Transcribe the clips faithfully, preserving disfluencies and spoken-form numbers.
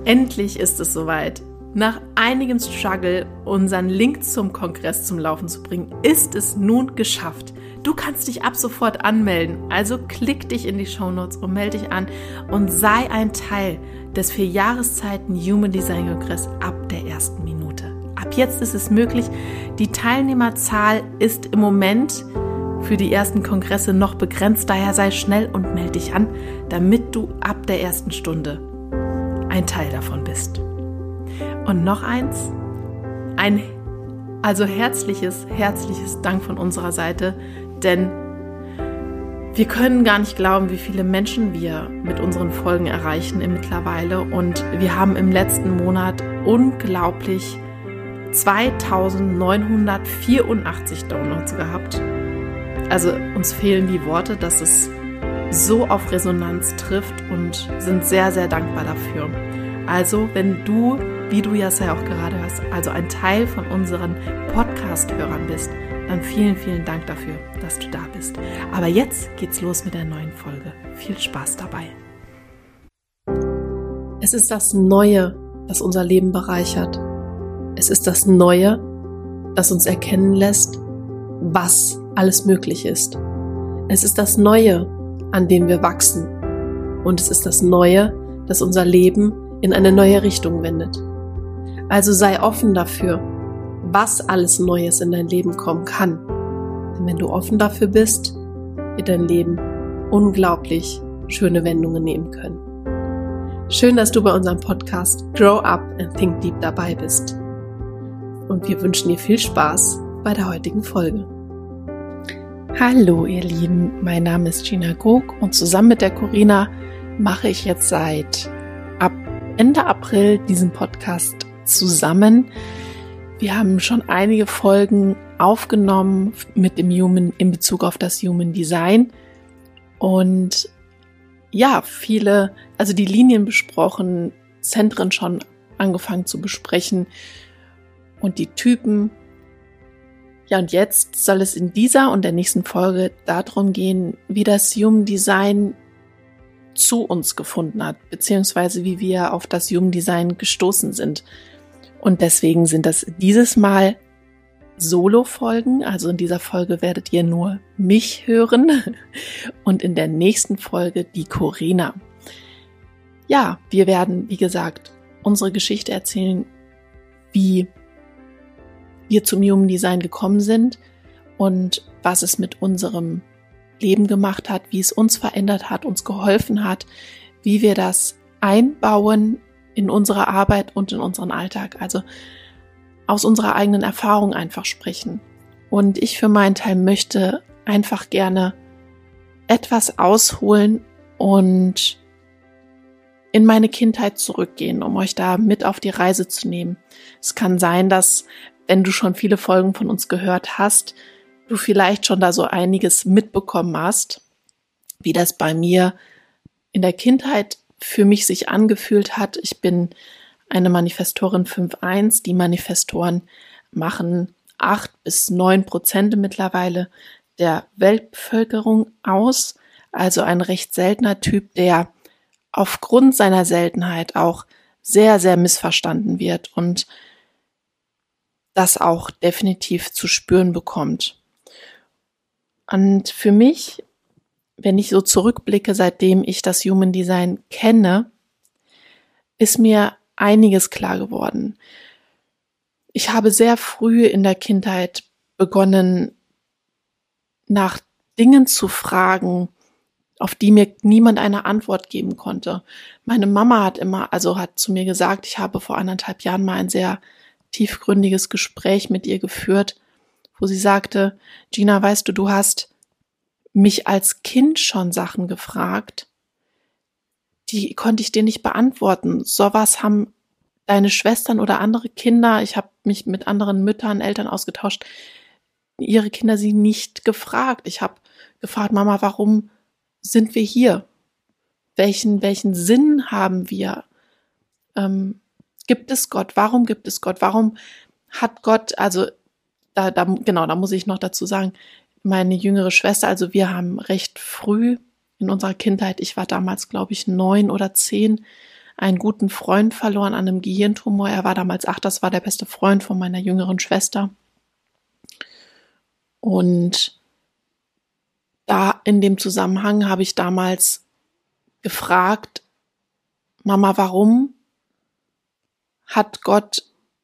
Endlich ist es soweit. Nach einigem Struggle, unseren Link zum Kongress zum Laufen zu bringen, ist es nun geschafft. Du kannst dich ab sofort anmelden, also klick dich in die Shownotes und melde dich an und sei ein Teil des vier Jahreszeiten Human Design Kongress ab der ersten Minute. Ab jetzt ist es möglich. Die Teilnehmerzahl ist im Moment für die ersten Kongresse noch begrenzt, daher sei schnell und melde dich an, damit du ab der ersten Stunde ein Teil davon bist. Und noch eins, ein also herzliches, herzliches Dank von unserer Seite, denn wir können gar nicht glauben, wie viele Menschen wir mit unseren Folgen erreichen im mittlerweile, und wir haben im letzten Monat unglaublich zweitausendneunhundertvierundachtzig Downloads gehabt. Also uns fehlen die Worte, dass es so auf Resonanz trifft, und sind sehr, sehr dankbar dafür. Also wenn du, wie du ja auch gerade hörst, also ein Teil von unseren Podcast-Hörern bist, dann vielen, vielen Dank dafür, dass du da bist. Aber jetzt geht's los mit der neuen Folge. Viel Spaß dabei. Es ist das Neue, das unser Leben bereichert. Es ist das Neue, das uns erkennen lässt, was alles möglich ist. Es ist das Neue, an dem wir wachsen. Und es ist das Neue, das unser Leben in eine neue Richtung wendet. Also sei offen dafür, was alles Neues in dein Leben kommen kann. Denn wenn du offen dafür bist, wird dein Leben unglaublich schöne Wendungen nehmen können. Schön, dass du bei unserem Podcast Grow Up and Think Deep dabei bist. Und wir wünschen dir viel Spaß bei der heutigen Folge. Hallo ihr Lieben, mein Name ist Gina Gog und zusammen mit der Corinna mache ich jetzt seit ab Ende April diesen Podcast zusammen. Wir haben schon einige Folgen aufgenommen mit dem Human in Bezug auf das Human Design und ja, viele, also die Linien besprochen, Zentren schon angefangen zu besprechen und die Typen. Ja, und jetzt soll es in dieser und der nächsten Folge darum gehen, wie das Human Design zu uns gefunden hat, beziehungsweise wie wir auf das Human Design gestoßen sind. Und deswegen sind das dieses Mal Solo-Folgen, also in dieser Folge werdet ihr nur mich hören und in der nächsten Folge die Corinna. Ja, wir werden, wie gesagt, unsere Geschichte erzählen, wie wir zum Human Design gekommen sind und was es mit unserem Leben gemacht hat, wie es uns verändert hat, uns geholfen hat, wie wir das einbauen in unsere Arbeit und in unseren Alltag, also aus unserer eigenen Erfahrung einfach sprechen. Und ich für meinen Teil möchte einfach gerne etwas ausholen und in meine Kindheit zurückgehen, um euch da mit auf die Reise zu nehmen. Es kann sein, dass, wenn du schon viele Folgen von uns gehört hast, du vielleicht schon da so einiges mitbekommen hast, wie das bei mir in der Kindheit für mich sich angefühlt hat. Ich bin eine Manifestorin fünf eins. Die Manifestoren machen acht bis neun Prozent mittlerweile der Weltbevölkerung aus. Also ein recht seltener Typ, der aufgrund seiner Seltenheit auch sehr, sehr missverstanden wird und das auch definitiv zu spüren bekommt. Und für mich, wenn ich so zurückblicke, seitdem ich das Human Design kenne, ist mir einiges klar geworden. Ich habe sehr früh in der Kindheit begonnen, nach Dingen zu fragen, auf die mir niemand eine Antwort geben konnte. Meine Mama hat immer, also hat zu mir gesagt, ich habe vor anderthalb Jahren mal ein sehr tiefgründiges Gespräch mit ihr geführt, wo sie sagte, Gina, weißt du, du hast mich als Kind schon Sachen gefragt, die konnte ich dir nicht beantworten. Sowas haben deine Schwestern oder andere Kinder, ich habe mich mit anderen Müttern, Eltern ausgetauscht, ihre Kinder sie nicht gefragt. Ich habe gefragt, Mama, warum sind wir hier? Welchen, welchen Sinn haben wir? Ähm, gibt es Gott? Warum gibt es Gott? Warum hat Gott, also da, da, genau, da muss ich noch dazu sagen, meine jüngere Schwester, also wir haben recht früh in unserer Kindheit, ich war damals, glaube ich, neun oder zehn, einen guten Freund verloren an einem Gehirntumor. Er war damals acht, das war der beste Freund von meiner jüngeren Schwester. Und da in dem Zusammenhang habe ich damals gefragt, Mama, warum hat Gott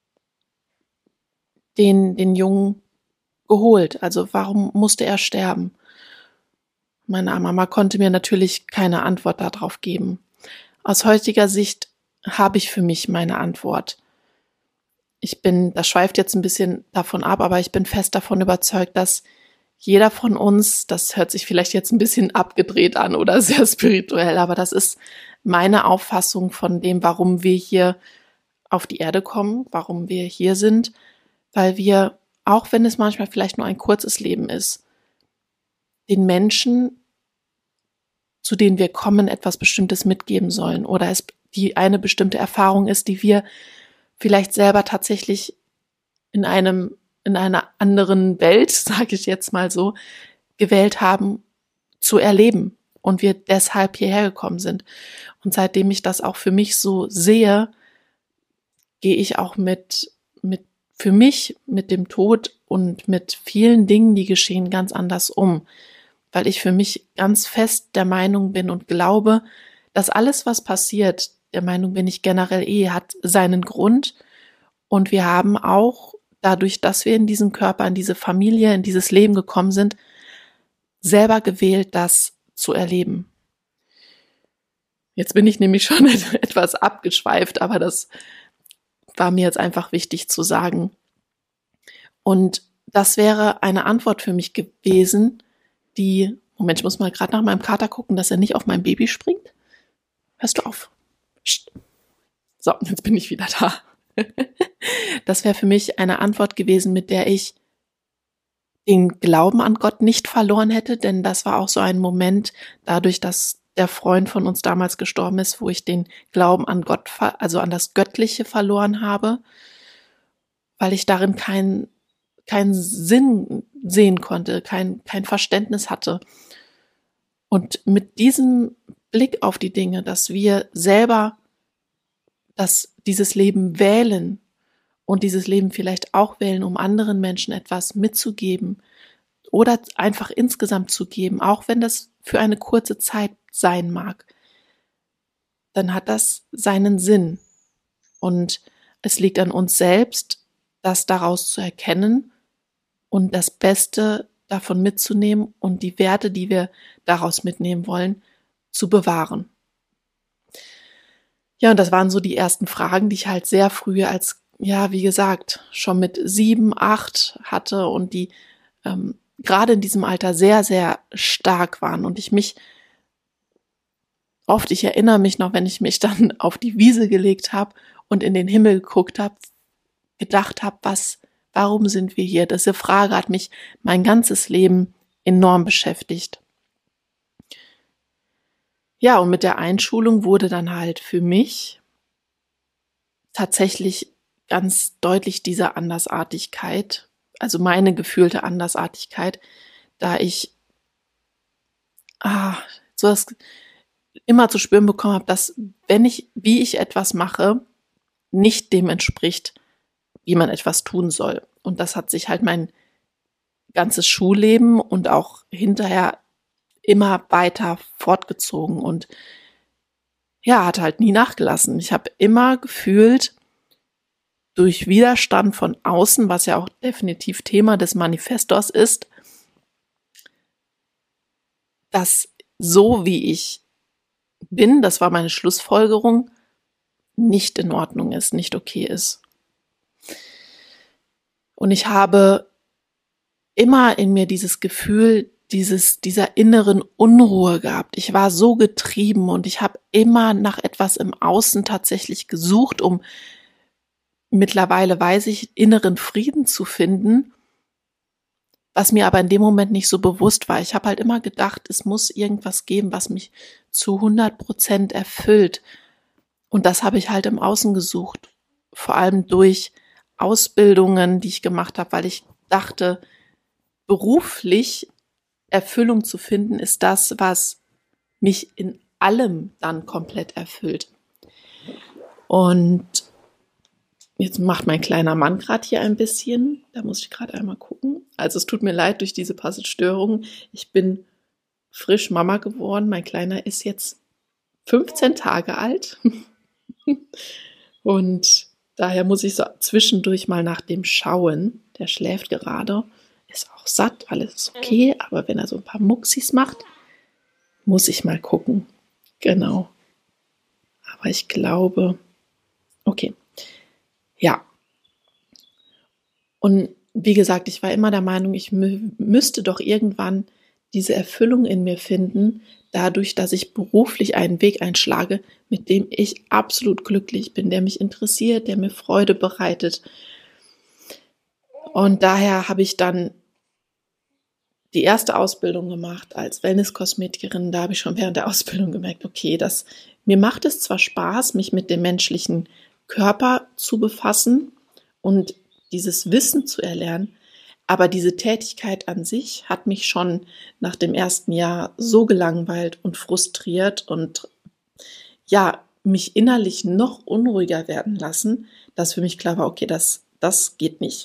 den, den Jungen geholt? Also warum musste er sterben? Meine Mama konnte mir natürlich keine Antwort darauf geben. Aus heutiger Sicht habe ich für mich meine Antwort. Ich bin, das schweift jetzt ein bisschen davon ab, aber ich bin fest davon überzeugt, dass jeder von uns, das hört sich vielleicht jetzt ein bisschen abgedreht an oder sehr spirituell, aber das ist meine Auffassung von dem, warum wir hier auf die Erde kommen, warum wir hier sind, weil wir, auch wenn es manchmal vielleicht nur ein kurzes Leben ist, den Menschen, zu denen wir kommen, etwas Bestimmtes mitgeben sollen oder es die eine bestimmte Erfahrung ist, die wir vielleicht selber tatsächlich in einem in einer anderen Welt, sage ich jetzt mal so, gewählt haben, zu erleben und wir deshalb hierher gekommen sind. Und seitdem ich das auch für mich so sehe, gehe ich auch mit mit für mich mit dem Tod und mit vielen Dingen, die geschehen, ganz anders um, weil ich für mich ganz fest der Meinung bin und glaube, dass alles, was passiert, der Meinung bin ich generell eh, hat seinen Grund und wir haben auch dadurch, dass wir in diesen Körper, in diese Familie, in dieses Leben gekommen sind, selber gewählt, das zu erleben. Jetzt bin ich nämlich schon etwas abgeschweift, aber das war mir jetzt einfach wichtig zu sagen. Und das wäre eine Antwort für mich gewesen, die, Moment, ich muss mal gerade nach meinem Kater gucken, dass er nicht auf mein Baby springt. Hörst du auf? Psst. So, jetzt bin ich wieder da. Das wäre für mich eine Antwort gewesen, mit der ich den Glauben an Gott nicht verloren hätte, denn das war auch so ein Moment, dadurch, dass der Freund von uns damals gestorben ist, wo ich den Glauben an Gott, also an das Göttliche verloren habe, weil ich darin keinen keinen Sinn sehen konnte, kein, kein Verständnis hatte. Und mit diesem Blick auf die Dinge, dass wir selber dass dieses Leben wählen und dieses Leben vielleicht auch wählen, um anderen Menschen etwas mitzugeben oder einfach insgesamt zu geben, auch wenn das für eine kurze Zeit sein mag, dann hat das seinen Sinn. Und es liegt an uns selbst, das daraus zu erkennen und das Beste davon mitzunehmen und die Werte, die wir daraus mitnehmen wollen, zu bewahren. Ja, und das waren so die ersten Fragen, die ich halt sehr früh als, ja, wie gesagt, schon mit sieben, acht hatte und die ähm, gerade in diesem Alter sehr, sehr stark waren. Und ich mich oft, ich erinnere mich noch, wenn ich mich dann auf die Wiese gelegt habe und in den Himmel geguckt habe, gedacht habe, was, warum sind wir hier? Diese Frage hat mich mein ganzes Leben enorm beschäftigt. Ja, und mit der Einschulung wurde dann halt für mich tatsächlich ganz deutlich diese Andersartigkeit, also meine gefühlte Andersartigkeit, da ich ah, so das immer zu spüren bekommen habe, dass wenn ich, wie ich etwas mache, nicht dem entspricht, wie man etwas tun soll. Und das hat sich halt mein ganzes Schulleben und auch hinterher immer weiter fortgezogen und ja, hat halt nie nachgelassen. Ich habe immer gefühlt, durch Widerstand von außen, was ja auch definitiv Thema des Manifestors ist, dass so wie ich bin, das war meine Schlussfolgerung, nicht in Ordnung ist, nicht okay ist. Und ich habe immer in mir dieses Gefühl, dieses, dieser inneren Unruhe gehabt. Ich war so getrieben und ich habe immer nach etwas im Außen tatsächlich gesucht, um mittlerweile weiß ich, inneren Frieden zu finden, was mir aber in dem Moment nicht so bewusst war. Ich habe halt immer gedacht, es muss irgendwas geben, was mich zu hundert Prozent erfüllt. Und das habe ich halt im Außen gesucht. Vor allem durch Ausbildungen, die ich gemacht habe, weil ich dachte, beruflich Erfüllung zu finden, ist das, was mich in allem dann komplett erfüllt. Und jetzt macht mein kleiner Mann gerade hier ein bisschen. Da muss ich gerade einmal gucken. Also es tut mir leid durch diese Störungen. Ich bin frisch Mama geworden. Mein Kleiner ist jetzt fünfzehn Tage alt. Und daher muss ich so zwischendurch mal nach dem schauen. Der schläft gerade. Ist auch satt, alles ist okay. Aber wenn er so ein paar Mucksis macht, muss ich mal gucken. Genau. Aber ich glaube, okay. Ja. Und wie gesagt, ich war immer der Meinung, ich mü- müsste doch irgendwann diese Erfüllung in mir finden, dadurch, dass ich beruflich einen Weg einschlage, mit dem ich absolut glücklich bin, der mich interessiert, der mir Freude bereitet. Und daher habe ich dann die erste Ausbildung gemacht als Wellness-Kosmetikerin. Da habe ich schon während der Ausbildung gemerkt, okay, das, mir macht es zwar Spaß, mich mit dem menschlichen Körper zu befassen und dieses Wissen zu erlernen, aber diese Tätigkeit an sich hat mich schon nach dem ersten Jahr so gelangweilt und frustriert und ja, mich innerlich noch unruhiger werden lassen, dass für mich klar war, okay, das, das geht nicht.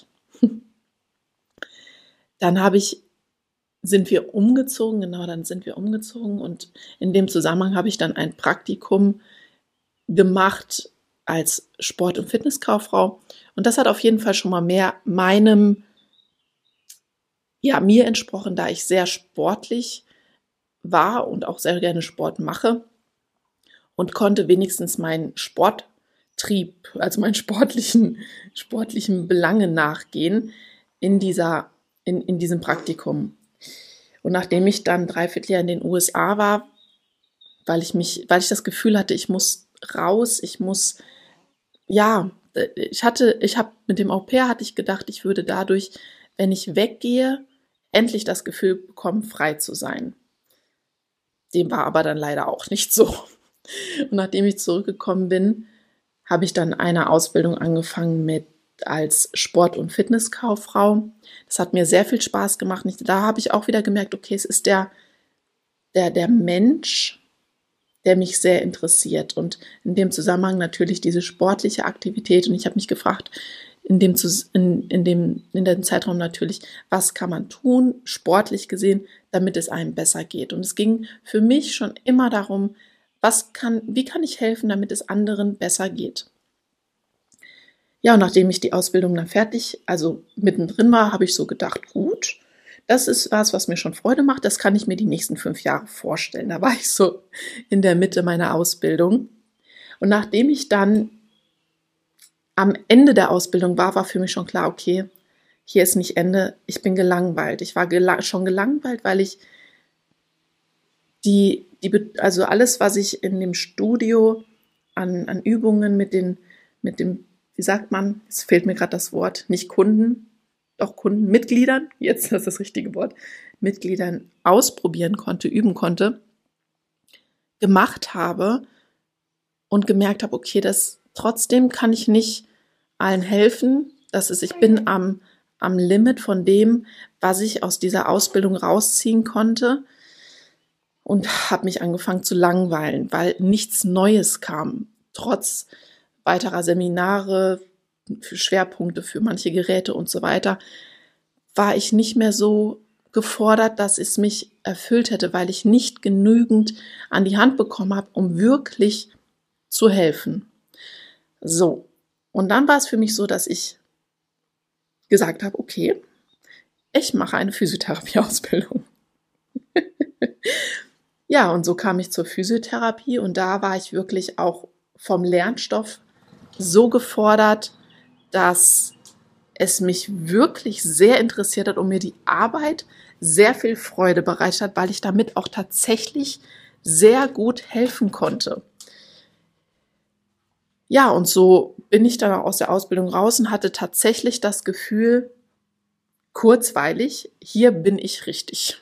Dann habe ich, sind wir umgezogen, genau, dann sind wir umgezogen und in dem Zusammenhang habe ich dann ein Praktikum gemacht als Sport- und Fitnesskauffrau. Und das hat auf jeden Fall schon mal mehr meinem, ja, mir entsprochen, da ich sehr sportlich war und auch sehr gerne Sport mache und konnte wenigstens meinen Sporttrieb, also meinen sportlichen, sportlichen Belangen nachgehen in dieser, in, in diesem Praktikum. Und nachdem ich dann dreiviertel Jahr in den U S A war, weil ich mich, weil ich das Gefühl hatte, ich muss raus, ich muss, ja, ich hatte, ich habe mit dem Au-pair hatte ich gedacht, ich würde dadurch, wenn ich weggehe, endlich das Gefühl bekommen, frei zu sein. Dem war aber dann leider auch nicht so. Und nachdem ich zurückgekommen bin, habe ich dann eine Ausbildung angefangen mit als Sport- und Fitnesskauffrau. Das hat mir sehr viel Spaß gemacht. Da habe ich auch wieder gemerkt, okay, es ist der, der, der Mensch, der mich sehr interessiert. Und in dem Zusammenhang natürlich diese sportliche Aktivität. Und ich habe mich gefragt, in dem, in, in, dem, in dem Zeitraum natürlich, was kann man tun, sportlich gesehen, damit es einem besser geht. Und es ging für mich schon immer darum, was kann, wie kann ich helfen, damit es anderen besser geht. Ja, und nachdem ich die Ausbildung dann fertig, also mittendrin war, habe ich so gedacht, gut, das ist was, was mir schon Freude macht, das kann ich mir die nächsten fünf Jahre vorstellen. Da war ich so in der Mitte meiner Ausbildung. Und nachdem ich dann am Ende der Ausbildung war, war für mich schon klar, okay, hier ist nicht Ende, ich bin gelangweilt. Ich war gela- schon gelangweilt, weil ich die, die, also alles, was ich in dem Studio an, an Übungen mit den, mit dem, wie sagt man, es fehlt mir gerade das Wort, nicht Kunden, doch Kunden, Mitgliedern, jetzt ist das richtige Wort, Mitgliedern ausprobieren konnte, üben konnte, gemacht habe und gemerkt habe, okay, das trotzdem kann ich nicht allen helfen. Das ist, ich bin am, am Limit von dem, was ich aus dieser Ausbildung rausziehen konnte und habe mich angefangen zu langweilen, weil nichts Neues kam. Trotz weiterer Seminare, für Schwerpunkte für manche Geräte und so weiter, war ich nicht mehr so gefordert, dass es mich erfüllt hätte, weil ich nicht genügend an die Hand bekommen habe, um wirklich zu helfen. So, und dann war es für mich so, dass ich gesagt habe, okay, ich mache eine Physiotherapie-Ausbildung. Ja, und so kam ich zur Physiotherapie und da war ich wirklich auch vom Lernstoff so gefordert, dass es mich wirklich sehr interessiert hat und mir die Arbeit sehr viel Freude bereitet hat, weil ich damit auch tatsächlich sehr gut helfen konnte. Ja, und so bin ich dann auch aus der Ausbildung raus und hatte tatsächlich das Gefühl, kurzweilig, hier bin ich richtig.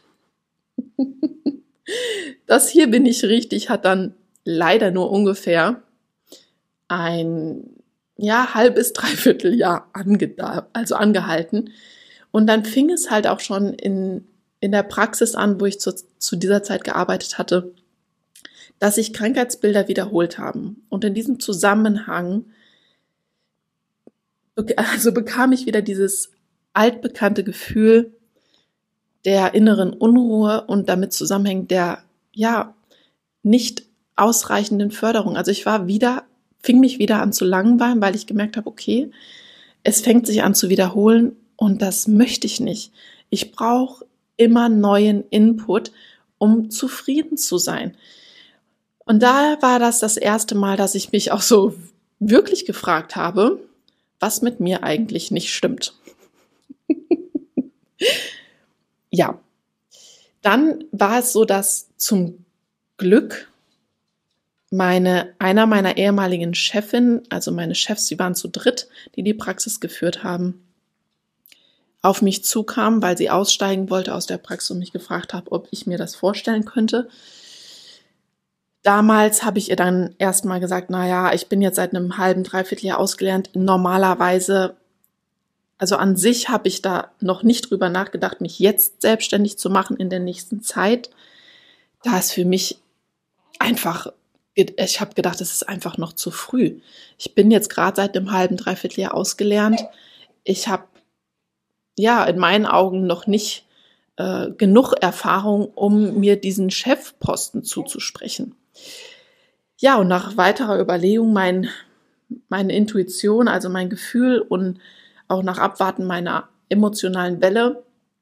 Das hier bin ich richtig hat dann leider nur ungefähr ein ja, halbes, dreiviertel Jahr ange- also angehalten. Und dann fing es halt auch schon in, in der Praxis an, wo ich zu, zu dieser Zeit gearbeitet hatte, dass sich Krankheitsbilder wiederholt haben. Und in diesem Zusammenhang also bekam ich wieder dieses altbekannte Gefühl der inneren Unruhe und damit zusammenhängend der, ja, nicht ausreichenden Förderung. Also ich war wieder, fing mich wieder an zu langweilen, weil ich gemerkt habe, okay, es fängt sich an zu wiederholen und das möchte ich nicht. Ich brauche immer neuen Input, um zufrieden zu sein. Und da war das das erste Mal, dass ich mich auch so wirklich gefragt habe, was mit mir eigentlich nicht stimmt. Ja, dann war es so, dass zum Glück meine, einer meiner ehemaligen Chefin, also meine Chefs, sie waren zu dritt, die die Praxis geführt haben, auf mich zukam, weil sie aussteigen wollte aus der Praxis und mich gefragt hat, ob ich mir das vorstellen könnte. Damals habe ich ihr dann erstmal gesagt, naja, ich bin jetzt seit einem halben, dreiviertel Jahr ausgelernt. Normalerweise, also an sich habe ich da noch nicht drüber nachgedacht, mich jetzt selbstständig zu machen in der nächsten Zeit. Da ist für mich einfach, ich habe gedacht, es ist einfach noch zu früh. Ich bin jetzt gerade seit einem halben, dreiviertel Jahr ausgelernt. Ich habe ja in meinen Augen noch nicht äh, genug Erfahrung, um mir diesen Chefposten zuzusprechen. Ja, und nach weiterer Überlegung, mein, meine Intuition, also mein Gefühl und auch nach Abwarten meiner emotionalen Welle,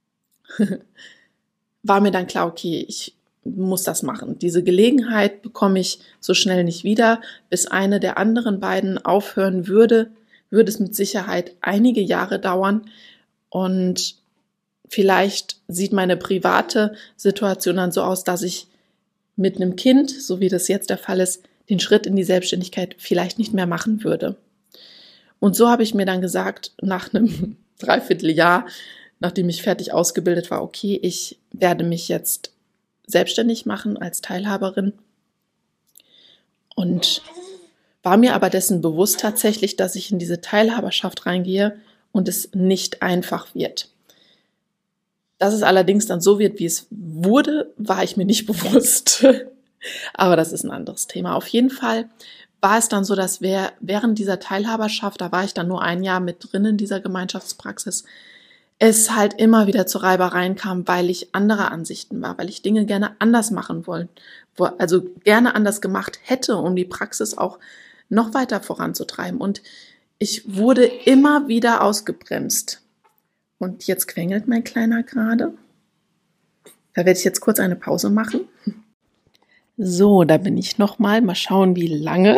war mir dann klar, okay, ich muss das machen. Diese Gelegenheit bekomme ich so schnell nicht wieder. Bis eine der anderen beiden aufhören würde, würde es mit Sicherheit einige Jahre dauern. Und vielleicht sieht meine private Situation dann so aus, dass ich mit einem Kind, so wie das jetzt der Fall ist, den Schritt in die Selbstständigkeit vielleicht nicht mehr machen würde. Und so habe ich mir dann gesagt, nach einem Dreivierteljahr, nachdem ich fertig ausgebildet war, okay, ich werde mich jetzt selbstständig machen als Teilhaberin. Und war mir aber dessen bewusst tatsächlich, dass ich in diese Teilhaberschaft reingehe und es nicht einfach wird. Dass es allerdings dann so wird, wie es wurde, war ich mir nicht bewusst. Aber das ist ein anderes Thema. Auf jeden Fall war es dann so, dass wir während dieser Teilhaberschaft, da war ich dann nur ein Jahr mit drin in dieser Gemeinschaftspraxis, es halt immer wieder zu Reibereien kam, weil ich anderer Ansichten war, weil ich Dinge gerne anders machen wollte, also gerne anders gemacht hätte, um die Praxis auch noch weiter voranzutreiben. Und ich wurde immer wieder ausgebremst. Und jetzt quengelt mein Kleiner gerade. Da werde ich jetzt kurz eine Pause machen. So, da bin ich nochmal. Mal schauen, wie lange.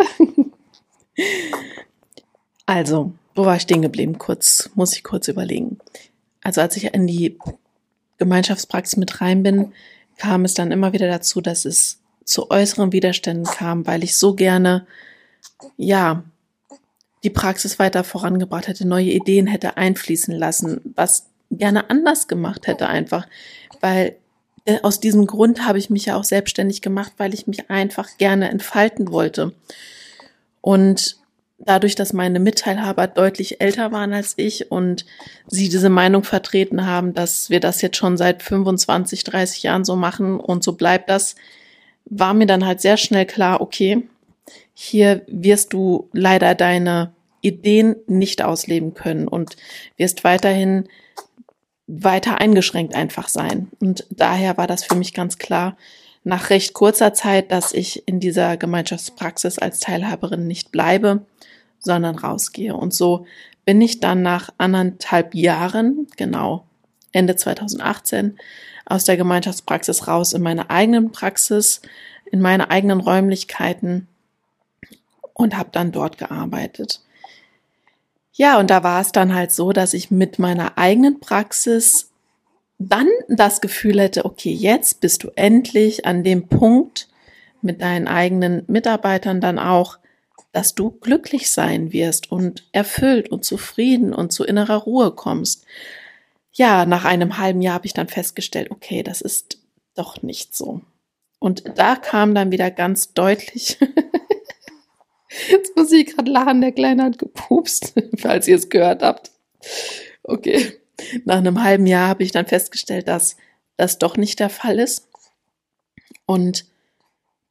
Also, wo war ich stehen geblieben? Kurz, muss ich kurz überlegen. Also, als ich in die Gemeinschaftspraxis mit rein bin, kam es dann immer wieder dazu, dass es zu äußeren Widerständen kam, weil ich so gerne, ja, die Praxis weiter vorangebracht hätte, neue Ideen hätte einfließen lassen, was gerne anders gemacht hätte einfach, weil äh, aus diesem Grund habe ich mich ja auch selbstständig gemacht, weil ich mich einfach gerne entfalten wollte. Und dadurch, dass meine Mitteilhaber deutlich älter waren als ich und sie diese Meinung vertreten haben, dass wir das jetzt schon seit fünfundzwanzig, dreißig Jahren so machen und so bleibt das, war mir dann halt sehr schnell klar, okay, hier wirst du leider deine Ideen nicht ausleben können und wirst weiterhin weiter eingeschränkt einfach sein. Und daher war das für mich ganz klar, nach recht kurzer Zeit, dass ich in dieser Gemeinschaftspraxis als Teilhaberin nicht bleibe, sondern rausgehe. Und so bin ich dann nach anderthalb Jahren, genau Ende zweitausendachtzehn, aus der Gemeinschaftspraxis raus in meine eigenen Praxis, in meine eigenen Räumlichkeiten und habe dann dort gearbeitet. Ja, und da war es dann halt so, dass ich mit meiner eigenen Praxis dann das Gefühl hätte, okay, jetzt bist du endlich an dem Punkt mit deinen eigenen Mitarbeitern dann auch, dass du glücklich sein wirst und erfüllt und zufrieden und zu innerer Ruhe kommst. Ja, nach einem halben Jahr habe ich dann festgestellt, okay, das ist doch nicht so. Und da kam dann wieder ganz deutlich, jetzt muss ich gerade lachen, der Kleine hat gepupst, falls ihr es gehört habt. Okay, nach einem halben Jahr habe ich dann festgestellt, dass das doch nicht der Fall ist. Und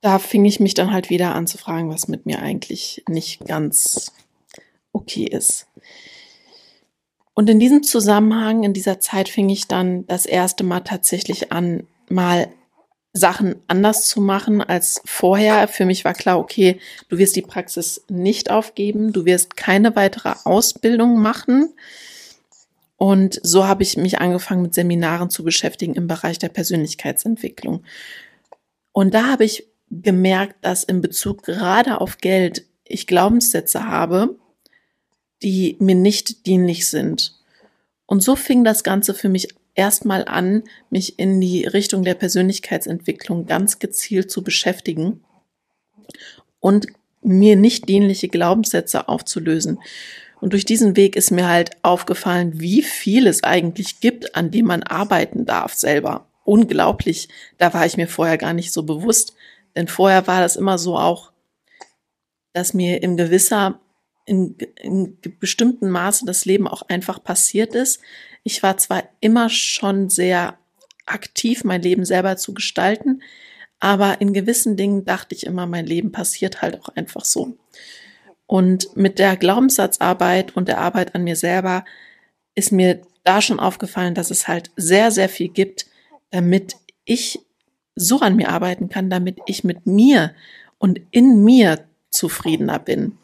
da fing ich mich dann halt wieder an zu fragen, was mit mir eigentlich nicht ganz okay ist. Und in diesem Zusammenhang, in dieser Zeit fing ich dann das erste Mal tatsächlich an, mal Sachen anders zu machen als vorher. Für mich war klar, okay, du wirst die Praxis nicht aufgeben, du wirst keine weitere Ausbildung machen. Und so habe ich mich angefangen, mit Seminaren zu beschäftigen im Bereich der Persönlichkeitsentwicklung. Und da habe ich gemerkt, dass in Bezug gerade auf Geld ich Glaubenssätze habe, die mir nicht dienlich sind. Und so fing das Ganze für mich erstmal an, mich in die Richtung der Persönlichkeitsentwicklung ganz gezielt zu beschäftigen und mir nicht dienliche Glaubenssätze aufzulösen. Und durch diesen Weg ist mir halt aufgefallen, wie viel es eigentlich gibt, an dem man arbeiten darf selber. Unglaublich, da war ich mir vorher gar nicht so bewusst, denn vorher war das immer so auch, dass mir in gewisser In, in bestimmten Maße das Leben auch einfach passiert ist. Ich war zwar immer schon sehr aktiv, mein Leben selber zu gestalten, aber in gewissen Dingen dachte ich immer, mein Leben passiert halt auch einfach so. Und mit der Glaubenssatzarbeit und der Arbeit an mir selber ist mir da schon aufgefallen, dass es halt sehr, sehr viel gibt, damit ich so an mir arbeiten kann, damit ich mit mir und in mir zufriedener bin.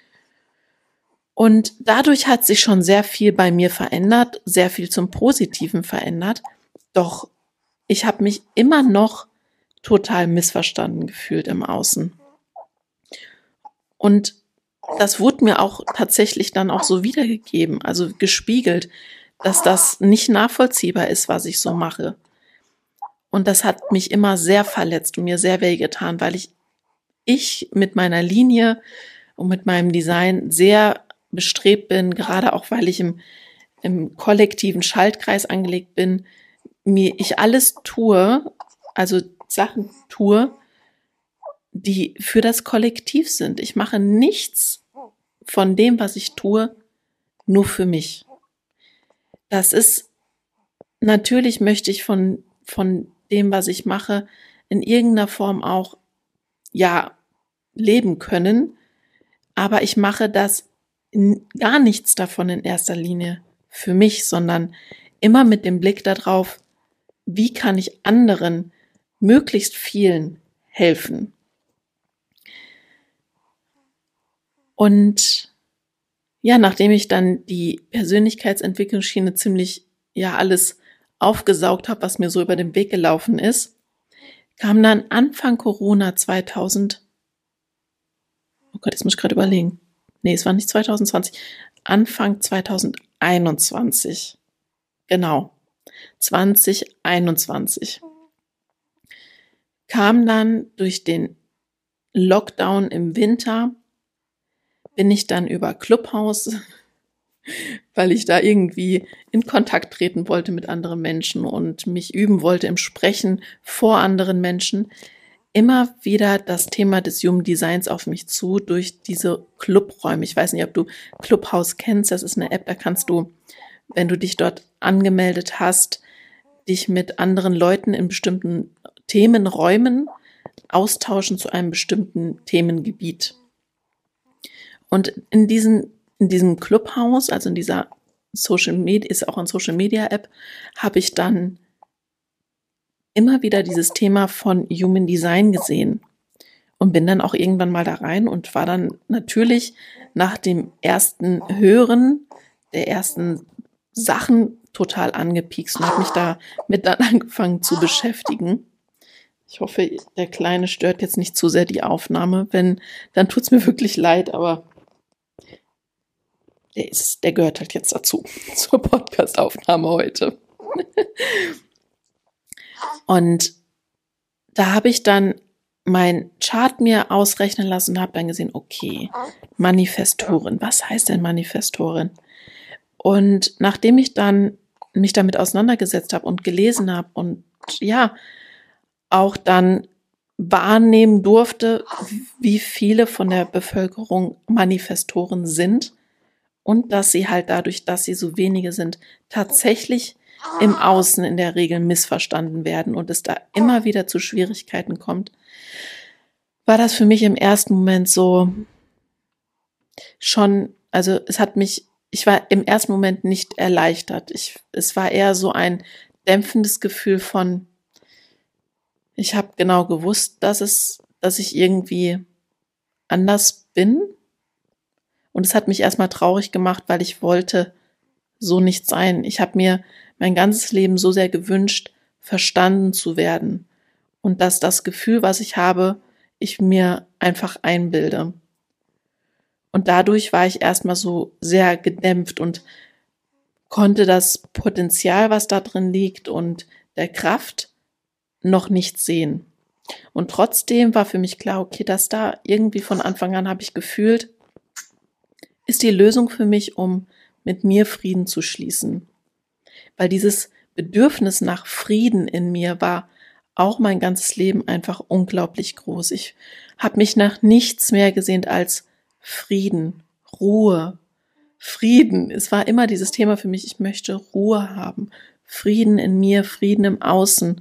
Und dadurch hat sich schon sehr viel bei mir verändert, sehr viel zum Positiven verändert. Doch ich habe mich immer noch total missverstanden gefühlt im Außen. Und das wurde mir auch tatsächlich dann auch so wiedergegeben, also gespiegelt, dass das nicht nachvollziehbar ist, was ich so mache. Und das hat mich immer sehr verletzt und mir sehr wehgetan, weil ich, ich mit meiner Linie und mit meinem Design sehr bestrebt bin, gerade auch weil ich im, im kollektiven Schaltkreis angelegt bin, mir ich alles tue, also Sachen tue, die für das Kollektiv sind. Ich mache nichts von dem, was ich tue, nur für mich. Das ist, natürlich möchte ich von, von dem, was ich mache, in irgendeiner Form auch, ja, leben können, aber ich mache das gar nichts davon in erster Linie für mich, sondern immer mit dem Blick darauf, wie kann ich anderen, möglichst vielen helfen. Und ja, nachdem ich dann die Persönlichkeitsentwicklungsschiene ziemlich, ja, alles aufgesaugt habe, was mir so über den Weg gelaufen ist, kam dann Anfang Corona zweitausend, oh Gott, jetzt muss ich gerade überlegen, nee, es war nicht zwanzig zwanzig, Anfang zwanzig einundzwanzig. Genau, zwanzig einundzwanzig. Kam dann durch den Lockdown im Winter, bin ich dann über Clubhouse, weil ich da irgendwie in Kontakt treten wollte mit anderen Menschen und mich üben wollte im Sprechen vor anderen Menschen, immer wieder das Thema des Human Designs auf mich zu durch diese Clubräume. Ich weiß nicht, ob du Clubhouse kennst. Das ist eine App, da kannst du, wenn du dich dort angemeldet hast, dich mit anderen Leuten in bestimmten Themenräumen austauschen zu einem bestimmten Themengebiet. Und in diesen, in diesem Clubhouse, also in dieser Social Media, ist auch eine Social Media App, habe ich dann immer wieder dieses Thema von Human Design gesehen und bin dann auch irgendwann mal da rein und war dann natürlich nach dem ersten Hören der ersten Sachen total angepiekst und habe mich damit dann angefangen zu beschäftigen. Ich hoffe, der Kleine stört jetzt nicht zu sehr die Aufnahme. Wenn, dann tut's mir wirklich leid, aber der ist, der gehört halt jetzt dazu, zur Podcast-Aufnahme heute. Und da habe ich dann mein Chart mir ausrechnen lassen und habe dann gesehen, okay, Manifestorin, was heißt denn Manifestorin? Und nachdem ich dann mich damit auseinandergesetzt habe und gelesen habe und ja, auch dann wahrnehmen durfte, wie viele von der Bevölkerung Manifestoren sind und dass sie halt dadurch, dass sie so wenige sind, tatsächlich im Außen in der Regel missverstanden werden und es da immer wieder zu Schwierigkeiten kommt, war das für mich im ersten Moment so schon, also es hat mich, ich war im ersten Moment nicht erleichtert. Ich, es war eher so ein dämpfendes Gefühl von, ich habe genau gewusst, dass es, dass ich irgendwie anders bin. Und es hat mich erstmal traurig gemacht, weil ich wollte so nicht sein. Ich habe mir mein ganzes Leben so sehr gewünscht, verstanden zu werden. Und dass das Gefühl, was ich habe, ich mir einfach einbilde. Und dadurch war ich erstmal so sehr gedämpft und konnte das Potenzial, was da drin liegt und der Kraft noch nicht sehen. Und trotzdem war für mich klar, okay, dass da irgendwie von Anfang an habe ich gefühlt, ist die Lösung für mich, um mit mir Frieden zu schließen. Weil dieses Bedürfnis nach Frieden in mir war auch mein ganzes Leben einfach unglaublich groß. Ich habe mich nach nichts mehr gesehnt als Frieden, Ruhe, Frieden. Es war immer dieses Thema für mich, ich möchte Ruhe haben, Frieden in mir, Frieden im Außen.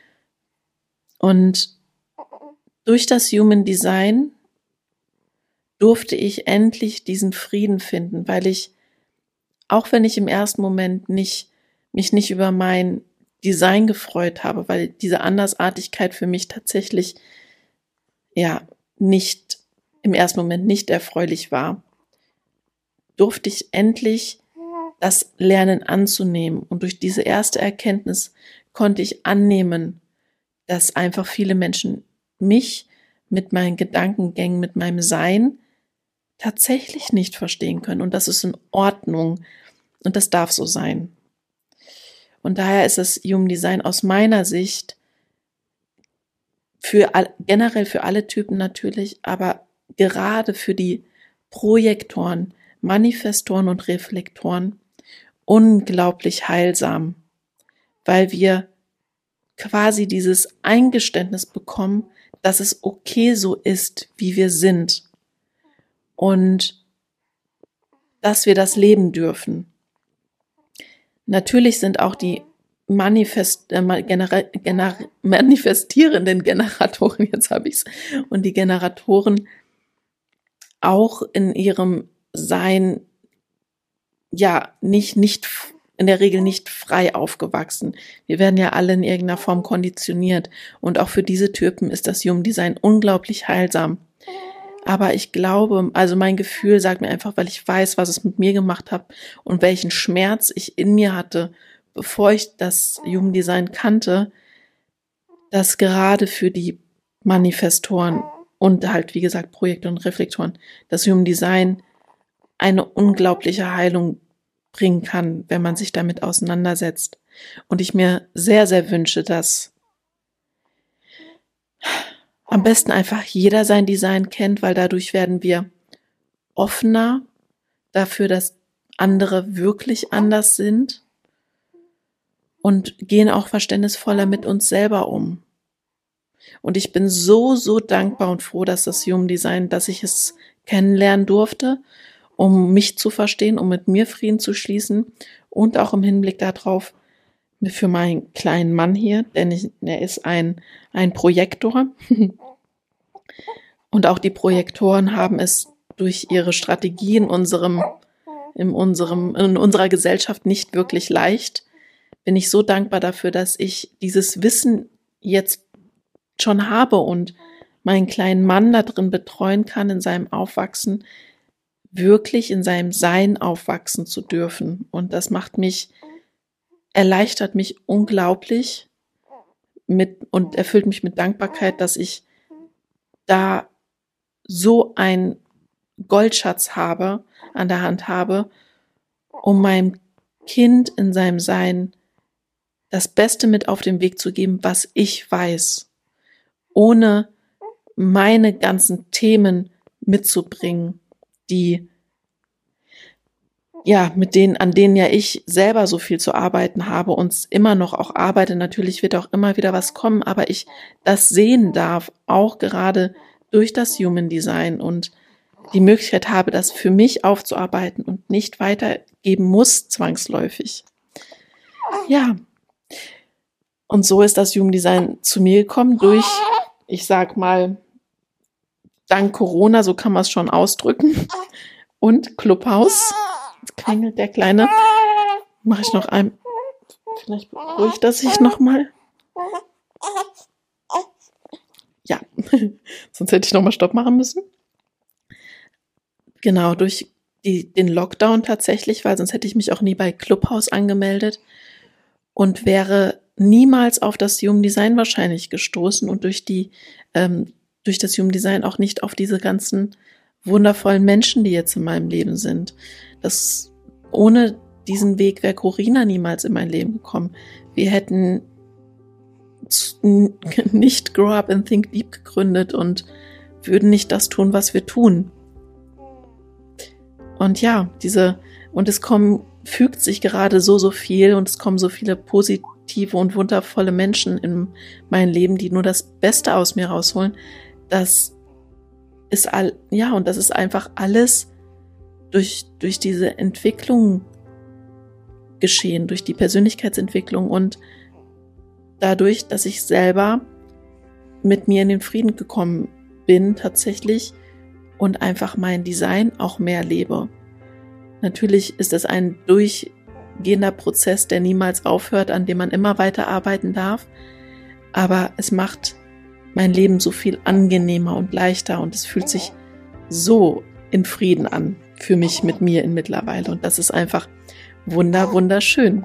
Und durch das Human Design durfte ich endlich diesen Frieden finden, weil ich, auch wenn ich im ersten Moment nicht, mich nicht über mein Design gefreut habe, weil diese Andersartigkeit für mich tatsächlich, ja, nicht, im ersten Moment nicht erfreulich war, durfte ich endlich das lernen anzunehmen. Und durch diese erste Erkenntnis konnte ich annehmen, dass einfach viele Menschen mich mit meinen Gedankengängen, mit meinem Sein tatsächlich nicht verstehen können. Und das ist in Ordnung. Und das darf so sein. Und daher ist das Human Design aus meiner Sicht für all, generell für alle Typen natürlich, aber gerade für die Projektoren, Manifestoren und Reflektoren unglaublich heilsam, weil wir quasi dieses Eingeständnis bekommen, dass es okay so ist, wie wir sind und dass wir das leben dürfen. Natürlich sind auch die Manifest, äh, gener, gener, manifestierenden Generatoren, jetzt habe ich es, und die Generatoren auch in ihrem Sein, ja, nicht, nicht, in der Regel nicht frei aufgewachsen. Wir werden ja alle in irgendeiner Form konditioniert. Und auch für diese Typen ist das Human Design unglaublich heilsam. Aber ich glaube, also mein Gefühl sagt mir einfach, weil ich weiß, was es mit mir gemacht hat und welchen Schmerz ich in mir hatte, bevor ich das Human Design kannte, dass gerade für die Manifestoren und halt, wie gesagt, Projekte und Reflektoren, das Human Design eine unglaubliche Heilung bringen kann, wenn man sich damit auseinandersetzt. Und ich mir sehr, sehr wünsche, dass am besten einfach jeder sein Design kennt, weil dadurch werden wir offener dafür, dass andere wirklich anders sind und gehen auch verständnisvoller mit uns selber um. Und ich bin so, so dankbar und froh, dass das Human Design, dass ich es kennenlernen durfte, um mich zu verstehen, um mit mir Frieden zu schließen und auch im Hinblick darauf, für meinen kleinen Mann hier, denn ich, er ist ein, ein Projektor. Und auch die Projektoren haben es durch ihre Strategie in unserem, in unserem, in unserer Gesellschaft nicht wirklich leicht. Bin ich so dankbar dafür, dass ich dieses Wissen jetzt schon habe und meinen kleinen Mann da drin betreuen kann, in seinem Aufwachsen, wirklich in seinem Sein aufwachsen zu dürfen. Und das macht mich erleichtert mich unglaublich mit und erfüllt mich mit Dankbarkeit, dass ich da so einen Goldschatz habe, an der Hand habe, um meinem Kind in seinem Sein das Beste mit auf den Weg zu geben, was ich weiß, ohne meine ganzen Themen mitzubringen, die ja, mit denen, an denen ja ich selber so viel zu arbeiten habe und immer noch auch arbeite. Natürlich wird auch immer wieder was kommen, aber ich das sehen darf, auch gerade durch das Human Design und die Möglichkeit habe, das für mich aufzuarbeiten und nicht weitergeben muss, zwangsläufig. Ja. Und so ist das Human Design zu mir gekommen durch, ich sag mal, dank Corona, so kann man es schon ausdrücken, und Clubhouse. Jetzt klingelt der Kleine. Mache ich noch ein. Vielleicht beruhigt das sich nochmal. Ja, sonst hätte ich nochmal Stopp machen müssen. Genau, durch die, den Lockdown tatsächlich, weil sonst hätte ich mich auch nie bei Clubhouse angemeldet und wäre niemals auf das Human Design wahrscheinlich gestoßen und durch die ähm, durch das Human Design auch nicht auf diese ganzen wundervollen Menschen, die jetzt in meinem Leben sind. Das, ohne diesen Weg wäre Corina niemals in mein Leben gekommen. Wir hätten nicht Grow Up and Think Deep gegründet und würden nicht das tun, was wir tun. Und ja, diese, und es kommen, fügt sich gerade so, so viel und es kommen so viele positive und wundervolle Menschen in mein Leben, die nur das Beste aus mir rausholen. Das ist all, ja, und das ist einfach alles durch, durch diese Entwicklung geschehen, durch die Persönlichkeitsentwicklung und dadurch, dass ich selber mit mir in den Frieden gekommen bin tatsächlich und einfach mein Design auch mehr lebe. Natürlich ist das ein durchgehender Prozess, der niemals aufhört, an dem man immer weiter arbeiten darf, aber es macht mein Leben so viel angenehmer und leichter und es fühlt sich so in Frieden an für mich mit mir in mittlerweile und das ist einfach wunder, wunderschön.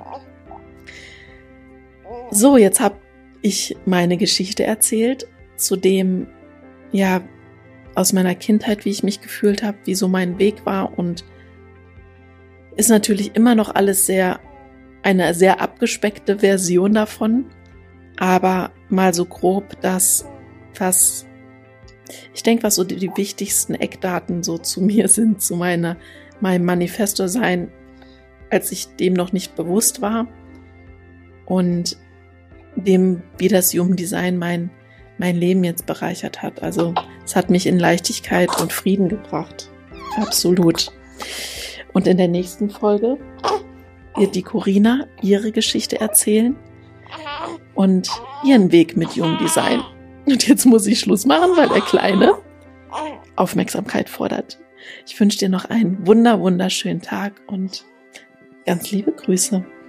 So, jetzt habe ich meine Geschichte erzählt, zu dem, ja, aus meiner Kindheit, wie ich mich gefühlt habe, wie so mein Weg war und ist natürlich immer noch alles sehr, eine sehr abgespeckte Version davon, aber mal so grob, dass, was, ich denke, was so die, die wichtigsten Eckdaten so zu mir sind, zu meiner, meinem Manifestor sein, als ich dem noch nicht bewusst war und dem, wie das Human Design mein, mein Leben jetzt bereichert hat. Also es hat mich in Leichtigkeit und Frieden gebracht. Absolut. Und in der nächsten Folge wird die Corina ihre Geschichte erzählen und ihren Weg mit Human Design. Und jetzt muss ich Schluss machen, weil der Kleine Aufmerksamkeit fordert. Ich wünsche dir noch einen wunder, wunderschönen Tag und ganz liebe Grüße.